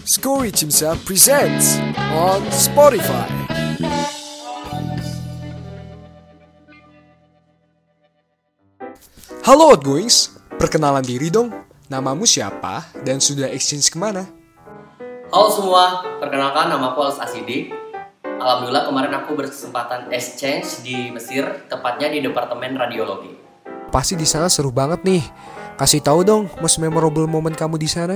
Skory Chimsa presents on Spotify. Halo Outgoings, perkenalan diri dong. Namamu siapa dan sudah exchange kemana? Halo semua, perkenalkan nama aku Alus Asidi. Alhamdulillah kemarin aku berkesempatan exchange di Mesir, tepatnya di Departemen Radiologi. Pasti di sana seru banget nih. Kasih tahu dong most memorable moment kamu di sana.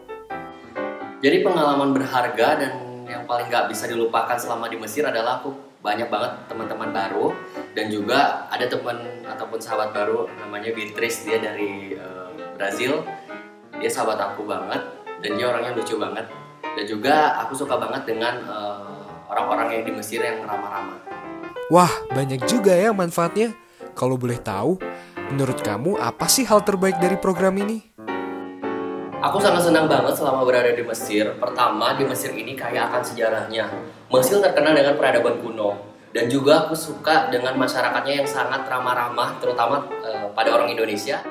Jadi pengalaman berharga dan yang paling gak bisa dilupakan selama di Mesir adalah aku banyak banget teman-teman baru. Dan juga ada teman ataupun sahabat baru namanya Beatrice, dia dari Brazil. Dia sahabat aku banget dan dia orangnya lucu banget. Dan juga aku suka banget dengan orang-orang yang di Mesir yang ramah-ramah. Wah, banyak juga ya manfaatnya. Kalau boleh tahu, menurut kamu apa sih hal terbaik dari program ini? Aku sangat senang banget selama berada di Mesir. Pertama, di Mesir ini kaya akan sejarahnya. Mesir terkenal dengan peradaban kuno. Dan juga aku suka dengan masyarakatnya yang sangat ramah-ramah, terutama pada orang Indonesia.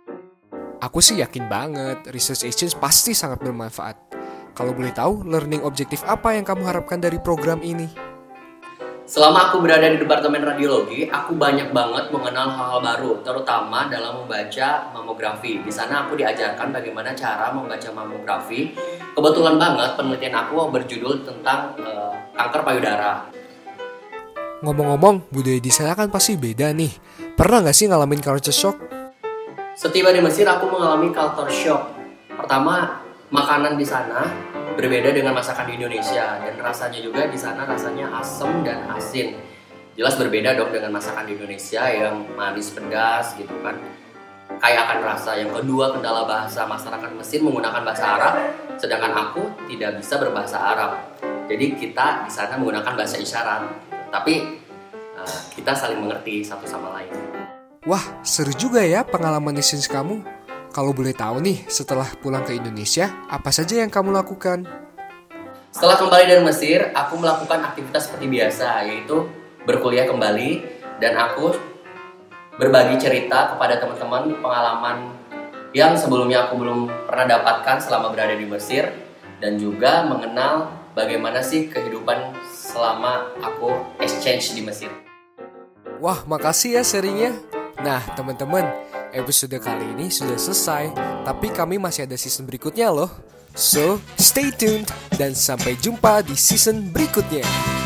Aku sih yakin banget, research exchange pasti sangat bermanfaat. Kalau boleh tahu, learning objektif apa yang kamu harapkan dari program ini? Selama aku berada di Departemen Radiologi, aku banyak banget mengenal hal-hal baru, terutama dalam membaca mamografi. Di sana aku diajarkan bagaimana cara membaca mamografi. Kebetulan banget penelitian aku berjudul tentang kanker payudara. Ngomong-ngomong, budaya di sana kan pasti beda nih. Pernah nggak sih ngalamin culture shock? Setiba di Mesir, aku mengalami culture shock. Pertama, makanan di sana berbeda dengan masakan di Indonesia, dan rasanya juga di sana rasanya asam dan asin. Jelas berbeda dong dengan masakan di Indonesia yang manis pedas gitu kan. Kaya akan rasa. Yang kedua, kendala bahasa. Masyarakat Mesir menggunakan bahasa Arab, sedangkan aku tidak bisa berbahasa Arab. Jadi kita di sana menggunakan bahasa isyarat. Tapi kita saling mengerti satu sama lain. Wah, seru juga ya pengalaman exchange kamu. Kalau boleh tahu nih, setelah pulang ke Indonesia, apa saja yang kamu lakukan? Setelah kembali dari Mesir, aku melakukan aktivitas seperti biasa, yaitu berkuliah kembali. Dan aku berbagi cerita kepada teman-teman pengalaman yang sebelumnya aku belum pernah dapatkan selama berada di Mesir. Dan juga mengenal bagaimana sih kehidupan selama aku exchange di Mesir. Wah, makasih ya sharingnya. Nah, teman-teman, episode kali ini sudah selesai, tapi kami masih ada season berikutnya loh. So, stay tuned dan sampai jumpa di season berikutnya.